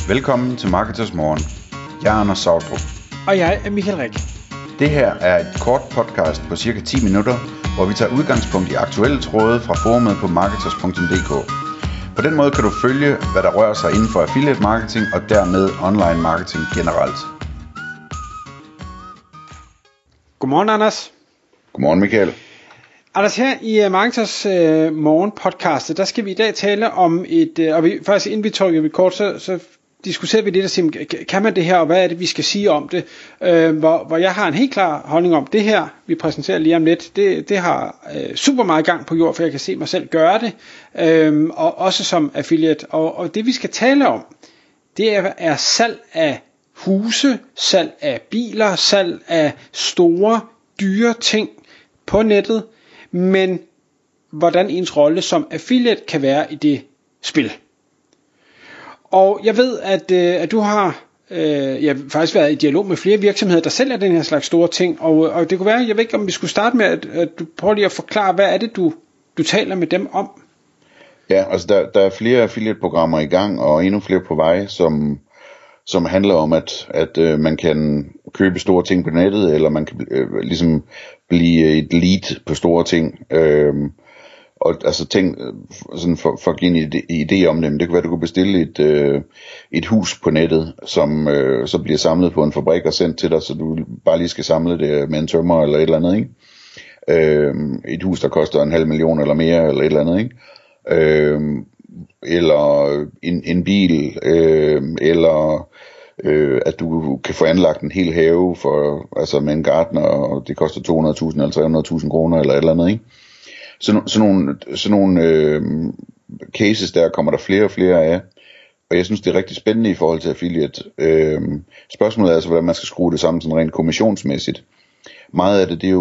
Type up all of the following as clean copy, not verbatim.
Velkommen til Marketers Morgen. Jeg er Anders Sautrup. Og jeg er Michael Rik. Det her er et kort podcast på cirka 10 minutter, hvor vi tager udgangspunkt i aktuelle tråde fra forumet på marketers.dk. På den måde kan du følge, hvad der rører sig inden for affiliate marketing og dermed online marketing generelt. Godmorgen, Anders. Godmorgen, Michael. Anders, her i Marketers Morgen podcast, der skal vi i dag tale om faktisk inden vi trykker vi kort, så diskuterer vi lidt og siger, kan man det her, og hvad er det, vi skal sige om det? Hvor jeg har en helt klar holdning om det her, vi præsenterer lige om lidt, det har super meget gang på jord, for jeg kan se mig selv gøre det, og også som affiliate. Og det vi skal tale om, det er salg af huse, salg af biler, salg af store, dyre ting på nettet, men hvordan ens rolle som affiliate kan være i det spil. Og jeg ved, at du har faktisk været i dialog med flere virksomheder, der sælger den her slags store ting, og det kunne være, jeg ved ikke, om vi skulle starte med, at du prøver lige at forklare, hvad er det, du taler med dem om? Ja, altså der er flere affiliate-programmer i gang, og endnu flere på vej, som handler om, at man kan købe store ting på nettet, eller man kan ligesom blive et lead på store ting. Og altså ting, sådan for at give en idé om det, men det kan være, at du kunne bestille et hus på nettet, som så bliver samlet på en fabrik og sendt til dig, så du bare lige skal samle det med en tømmer eller et eller andet, ikke? Et hus, der koster 500.000 eller mere, eller et eller andet, ikke? Eller en bil, eller at du kan få anlagt en hel have altså med en gartner, og det koster 200.000 eller 300.000 kroner, eller et eller andet, ikke? Sådan nogle cases der kommer der flere og flere af, og jeg synes det er rigtig spændende i forhold til affiliate. Spørgsmålet er altså, hvordan man skal skrue det sammen sådan rent kommissionsmæssigt. Meget af det, det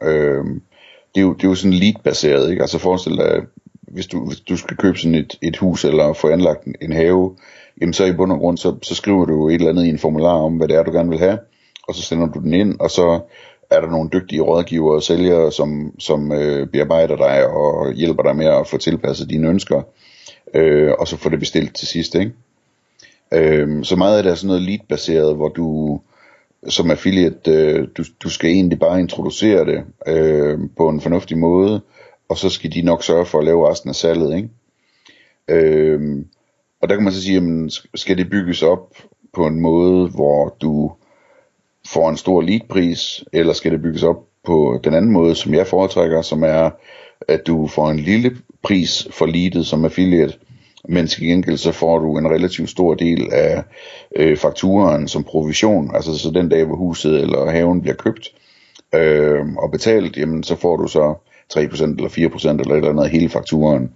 er jo sådan lead-baseret, ikke? Altså forestil dig, hvis du skal købe sådan et hus eller få anlagt en have, jamen så i bund og grund, så skriver du et eller andet i en formular om, hvad det er, du gerne vil have, og så sender du den ind, og så er der nogle dygtige rådgivere og sælgere, som bearbejder dig og hjælper dig med at få tilpasset dine ønsker, og så få det bestilt til sidst, ikke? Så meget af det er sådan noget lead-baseret, hvor du som affiliate, du skal egentlig bare introducere det på en fornuftig måde, og så skal de nok sørge for at lave resten af salget, ikke? Og der kan man så sige, jamen, skal det bygges op på en måde, hvor du får en stor leadpris, eller skal det bygges op på den anden måde, som jeg foretrækker, som er, at du får en lille pris for leadet som affiliate, men til gengæld så får du en relativt stor del af fakturaen som provision, altså så den dag, hvor huset eller haven bliver købt og betalt, jamen så får du så 3% eller 4% eller et eller andet af hele fakturaen.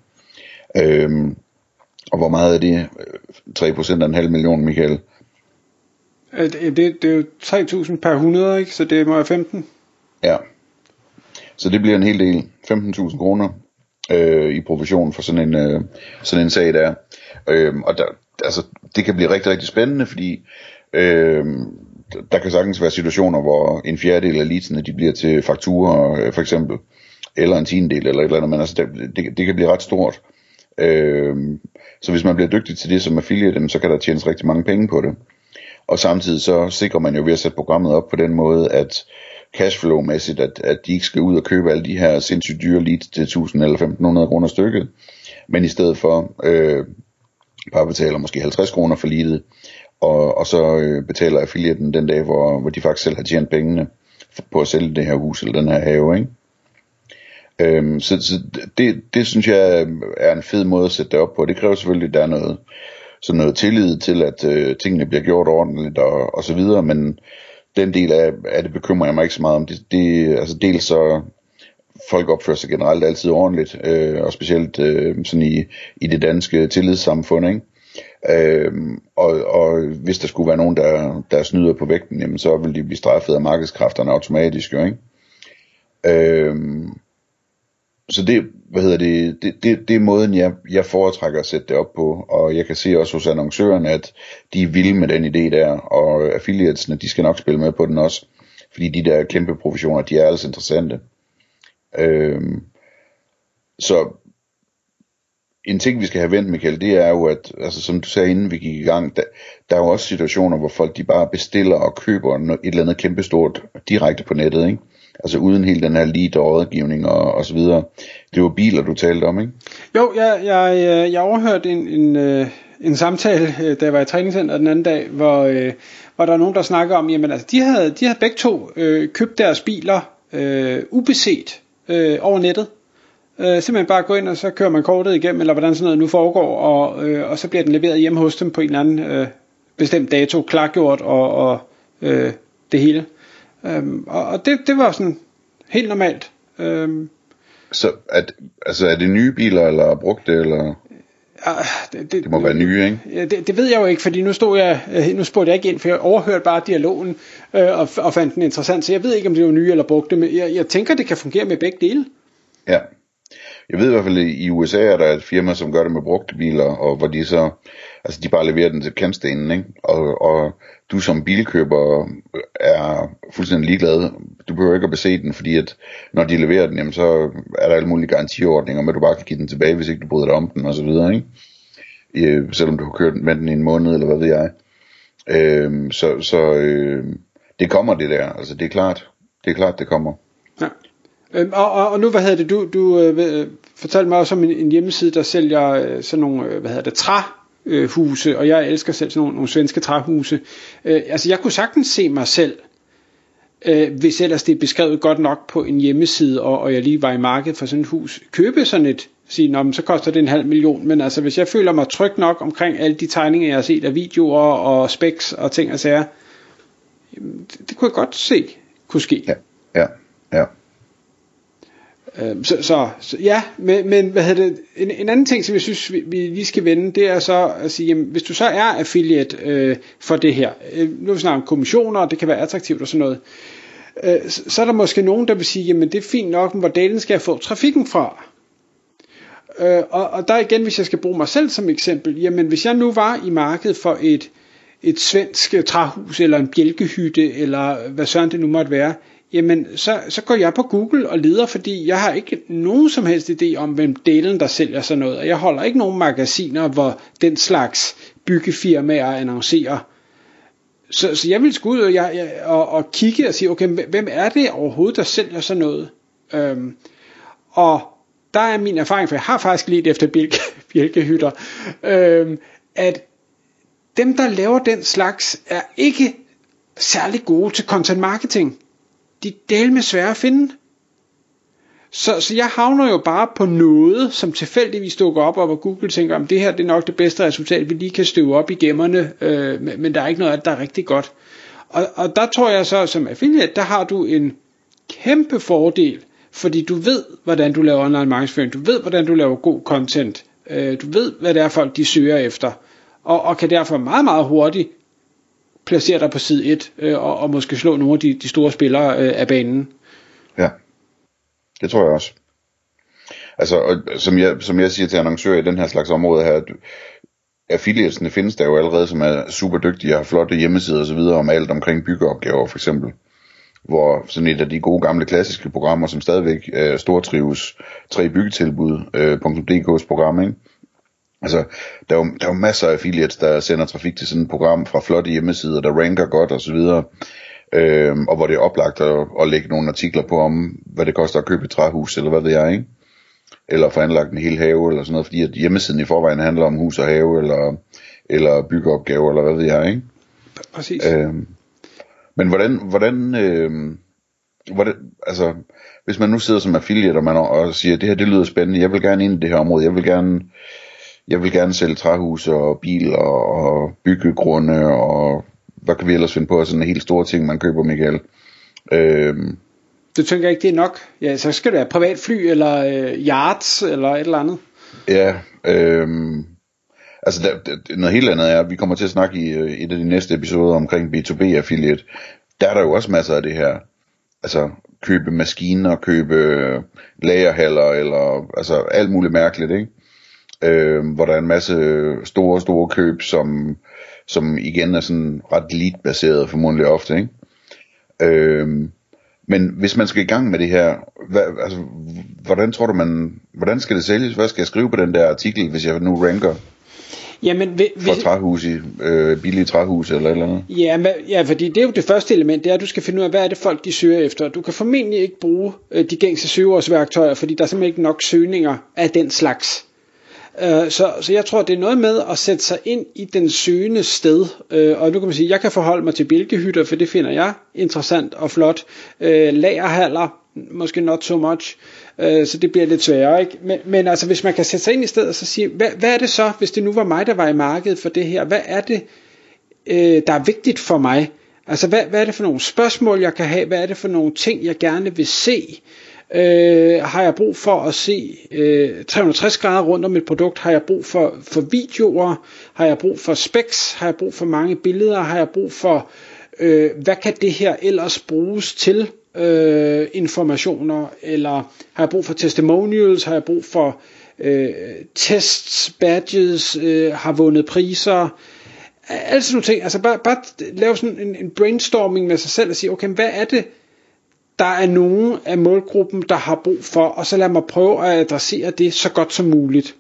Og hvor meget er det? 3% af 500.000, Michael? Det er jo 3.000 per 100, ikke? Så det må være 15. Ja. Så det bliver en hel del. 15.000 kroner i provision for sådan en sag der. Og der, altså, det kan blive rigtig, rigtig spændende, fordi der kan sagtens være situationer, hvor en fjerdedel af leadsene, de bliver til fakturer, for eksempel, eller en tiendedel eller et eller andet, men altså det kan blive ret stort. Så hvis man bliver dygtig til det som affiliate, så kan der tjenes rigtig mange penge på det. Og samtidig så sikrer man jo ved at sætte programmet op på den måde, at cashflow-mæssigt, at de ikke skal ud og købe alle de her sindssygt dyre leads til 1.000 eller 1.500 kroner stykket, men i stedet for bare betaler måske 50 kroner for leadet, og så betaler affiliaten den dag, hvor de faktisk selv har tjent pengene på at sælge det her hus eller den her have, ikke? Så det synes jeg er en fed måde at sætte det op på. Det kræver selvfølgelig, at der er noget tillid til, at tingene bliver gjort ordentligt og så videre, men den del af det bekymrer jeg mig ikke så meget om. Altså dels så folk opfører sig generelt altid ordentligt, og specielt sådan i det danske tillidssamfund, ikke? Og hvis der skulle være nogen, der snyder på vægten, jamen så vil de blive straffet af markedskræfterne automatisk, jo, ikke? Så det er måden, jeg foretrækker at sætte det op på, og jeg kan se også hos annoncørerne, at de er vilde med den idé der, og affiliatesne, de skal nok spille med på den også, fordi de der kæmpe provisioner, de er altså interessante. Så en ting vi skal have vendt, Michael, det er jo, at altså, som du sagde inden vi gik i gang, der er jo også situationer, hvor folk de bare bestiller og køber et eller andet kæmpestort direkte på nettet, ikke? Altså uden hele den her lead og rådgivning og så videre. Det var biler, du talte om, ikke? Jo, jeg overhørte en samtale, da jeg var i træningscenteret den anden dag, hvor der var nogen, der snakkede om, jamen altså, de havde begge to købt deres biler ubeset over nettet. Simpelthen bare gå ind, og så kører man kortet igennem, eller hvordan sådan noget nu foregår, og så bliver den leveret hjemme hos dem på en eller anden bestemt dato, klargjort og det hele. Og det var sådan helt normalt. Så er det nye biler, eller brugte, eller? Det må være nye, ikke? Ja, det ved jeg jo ikke, fordi nu spurgte jeg ikke ind, for jeg overhørte bare dialogen og fandt den interessant, så jeg ved ikke, om det var nye eller brugte, men jeg tænker, det kan fungere med begge dele. Ja. Jeg ved i hvert fald, at i USA er der et firma, som gør det med brugte biler, og hvor de så, altså de bare leverer den til kantstenen, ikke? Og du som bilkøber er fuldstændig ligeglad. Du behøver ikke at bese den, fordi at når de leverer den, jamen så er der alle mulige garantiordninger, men du bare kan give den tilbage, hvis ikke du bryder dig om den, og så videre, ikke? Selvom du har kørt med den i en måned, eller hvad ved jeg. Det kommer det der, altså det er klart, det kommer. Ja. Og nu, du fortalte mig også om en hjemmeside, der sælger sådan nogle, træhuse, og jeg elsker selv sådan nogle svenske træhuse. Altså jeg kunne sagtens se mig selv, hvis ellers det er beskrevet godt nok på en hjemmeside, og jeg lige var i markedet for sådan et hus, købe sådan et, sige, så koster det 500.000, men altså hvis jeg føler mig tryg nok omkring alle de tegninger, jeg har set af videoer og specs og ting og sager, det kunne jeg godt se kunne ske. Ja. Så ja, men hvad hedder det? En anden ting, som jeg synes, vi lige skal vende, det er så at sige, jamen, hvis du så er affiliate for det her, nu vi snakker om kommissioner, og det kan være attraktivt og sådan noget, så er der måske nogen, der vil sige, jamen det er fint nok, men hvor delen skal jeg få trafikken fra? Og der igen, hvis jeg skal bruge mig selv som eksempel, jamen hvis jeg nu var i markedet for et svensk træhus, eller en bjælkehytte, eller hvad sådan det nu måtte være, jamen så går jeg på Google og leder, fordi jeg har ikke nogen som helst idé om, hvem delen der sælger sådan noget, og jeg holder ikke nogen magasiner, hvor den slags byggefirmaer annoncerer. Så jeg vil sgu ud og kigge og sige, okay, hvem er det overhovedet, der sælger sådan noget? Og der er min erfaring, for jeg har faktisk lidt efter bjælkehytter, at dem, der laver den slags, er ikke særlig gode til content marketing. De er del med svære at finde. Så jeg havner jo bare på noget, som tilfældigvis dukker op, og hvor Google tænker, om det her det er nok det bedste resultat, vi lige kan støve op i gemmerne, men der er ikke noget af det, der er rigtig godt. Og der tror jeg så, som affiliate, der har du en kæmpe fordel, fordi du ved, hvordan du laver online markedsføring, du ved, hvordan du laver god content, du ved, hvad det er folk, de søger efter, og kan derfor meget, meget hurtigt placere dig på side 1, og måske slå nogle af de store spillere af banen. Ja, det tror jeg også. Altså, og som jeg siger til annoncører i den her slags område her, affiliatesne findes der jo allerede, som er super dygtige og har flotte hjemmesider og så videre, om alt omkring byggeopgaver for eksempel. Hvor sådan et af de gode gamle klassiske programmer, som stadigvæk stortrives, 3byggetilbud.dk's program, ikke? Altså, der er jo masser af affiliates, der sender trafik til sådan et program fra flotte hjemmesider, der ranker godt og så videre, og hvor det er oplagt at lægge nogle artikler på om, hvad det koster at købe et træhus, eller hvad ved jeg, ikke? Eller få anlagt en hel have, eller sådan noget, fordi at hjemmesiden i forvejen handler om hus og have, eller byggeopgaver, eller hvad ved jeg, ikke? Præcis. Men hvordan altså, hvis man nu sidder som affiliate, og man og siger, det her, det lyder spændende, jeg vil gerne ind i det her område, jeg vil gerne sælge træhus og biler og byggegrunde, og hvad kan vi ellers finde på, sådan en helt store ting, man køber, Michael. Du tænker ikke, det er nok? Ja, så skal det være privatfly, eller yachts, eller et eller andet. Ja, altså noget helt andet er, vi kommer til at snakke i et af de næste episoder omkring B2B affiliate. Der er der jo også masser af det her, altså købe maskiner, købe lagerhaller, eller altså alt muligt mærkeligt, ikke? Hvor der er en masse store køb, som igen er sådan ret lead-baseret formodentlig ofte, ikke? Men hvis man skal i gang med det her, hvordan tror du hvordan skal det sælges? Hvad skal jeg skrive på den der artikel, hvis jeg nu ranker for træhus i billige træhus eller et eller andet? Ja, fordi det er jo det første element, det er, at du skal finde ud af, hvad er det folk de søger efter. Du kan formentlig ikke bruge de gængse søgeordsværktøjer, fordi der er simpelthen ikke nok søgninger af den slags. Så jeg tror, det er noget med at sætte sig ind i den søgende sted, og nu kan man sige, jeg kan forholde mig til bjælkehytter, for det finder jeg interessant og flot. Lagerhaller, måske not so much, så det bliver lidt sværere, ikke? Men altså, hvis man kan sætte sig ind i stedet og så sige, hvad er det så, hvis det nu var mig, der var i markedet for det her? Hvad er det, der er vigtigt for mig? Altså, hvad er det for nogle spørgsmål, jeg kan have? Hvad er det for nogle ting, jeg gerne vil se? Har jeg brug for at se 360 grader rundt om et produkt? Har jeg brug for videoer? Har jeg brug for specs? Har jeg brug for mange billeder? Har jeg brug for hvad kan det her ellers bruges til informationer? Eller har jeg brug for testimonials? Har jeg brug for tests, badges? Har vundet priser? Alle sådan nogle ting. Altså bare lave sådan en brainstorming med sig selv og sige, okay, hvad er det, der er nogen af målgruppen, der har brug for, og så lad mig prøve at adressere det så godt som muligt.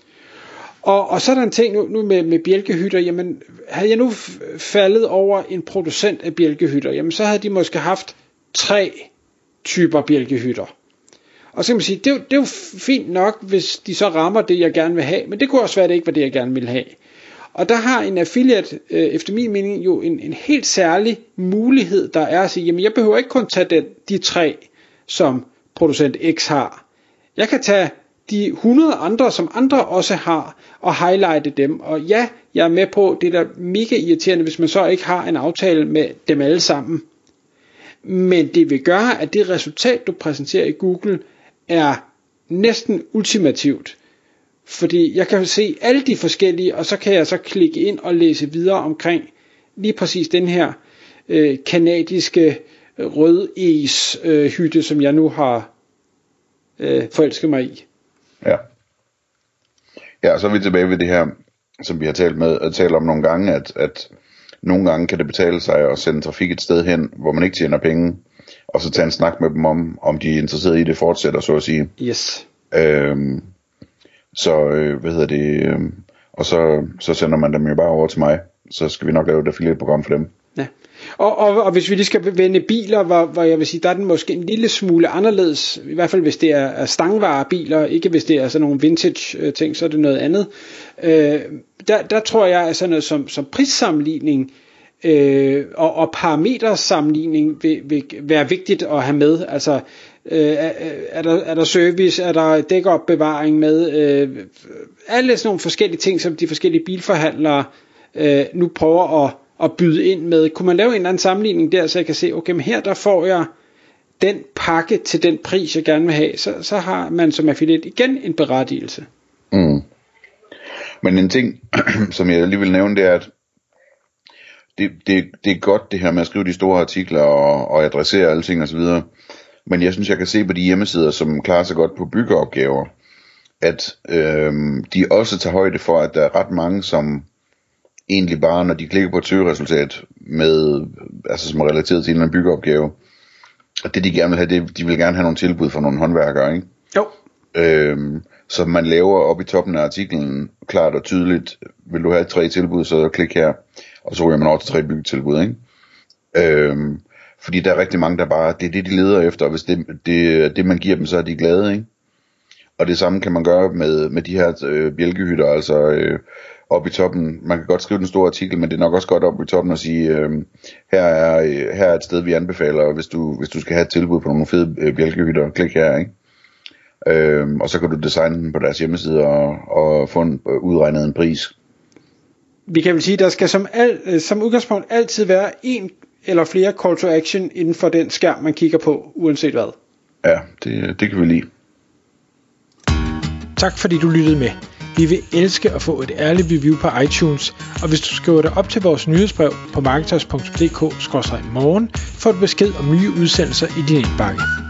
Og så er der en ting nu med bjælkehytter, jamen havde jeg nu faldet over en producent af bjælkehytter, jamen så havde de måske haft 3 typer bjælkehytter. Og så kan man sige, det er jo fint nok, hvis de så rammer det, jeg gerne vil have, men det kunne også være, det ikke var det, jeg gerne ville have. Og der har en affiliate, efter min mening, jo en helt særlig mulighed, der er at sige, jamen jeg behøver ikke kun tage de 3, som producent X har. Jeg kan tage de 100 andre, som andre også har, og highlighte dem. Og ja, jeg er med på, det er da mega irriterende, hvis man så ikke har en aftale med dem alle sammen. Men det vil gøre, at det resultat, du præsenterer i Google, er næsten ultimativt. Fordi jeg kan se alle de forskellige, og så kan jeg så klikke ind og læse videre omkring lige præcis den her kanadiske rødes hytte, som jeg nu har forelsket mig i. Ja, så er vi tilbage ved det her, som vi har talt om nogle gange, at nogle gange kan det betale sig at sende trafik et sted hen, hvor man ikke tjener penge, og så tage en snak med dem om de er interesserede i det fortsætter, så at sige. Yes. Og så sender man dem jo bare over til mig. Så skal vi nok lave et affiliate-program for dem. Ja. Og hvis vi lige skal vende biler, hvor jeg vil sige, der er den måske en lille smule anderledes, i hvert fald hvis det er stangvarebiler, ikke hvis det er sådan nogle vintage ting, så er det noget andet. Der tror jeg, at sådan noget som prissammenligning og parametersammenligning vil være vigtigt at have med. Altså er der service, er der dækopbevaring med, alle sådan nogle forskellige ting, som de forskellige bilforhandlere nu prøver at byde ind med. Kunne man lave en eller anden sammenligning der, så jeg kan se, okay, men her der får jeg den pakke til den pris, jeg gerne vil have, så har man som affiliate igen en berettigelse. Men en ting, som jeg lige vil nævne, det er, at det er godt det her med at skrive de store artikler og adressere alle ting osv., men jeg synes, jeg kan se på de hjemmesider, som klarer sig godt på byggeopgaver, at de også tager højde for, at der er ret mange, som egentlig bare, når de klikker på et søgeresultat, som er relateret til en byggeopgave, og det de gerne vil have, de vil gerne have nogle tilbud fra nogle håndværkere, ikke? Jo. Så man laver op i toppen af artiklen, klart og tydeligt, vil du have 3 tilbud, så klik her, og så ryger man over til 3 byggetilbud, ikke? Fordi der er rigtig mange, der bare, det er det, de leder efter, og hvis det man giver dem, så er de glade, ikke? Og det samme kan man gøre med de her bjælkehytter, altså op i toppen. Man kan godt skrive den store artikel, men det er nok også godt op i toppen at sige, her er et sted, vi anbefaler, hvis du skal have et tilbud på nogle fede bjælkehytter, klik her, ikke? Og så kan du designe den på deres hjemmeside og få udregnet en pris. Vi kan vel sige, der skal som udgangspunkt altid være en eller flere call to action inden for den skærm, man kigger på, uanset hvad. Ja, det kan vi lide. Tak fordi du lyttede med. Vi vil elske at få et ærligt review på iTunes, og hvis du skriver dig op til vores nyhedsbrev på marketers.dk/morgen, får du besked om nye udsendelser i din indbakke.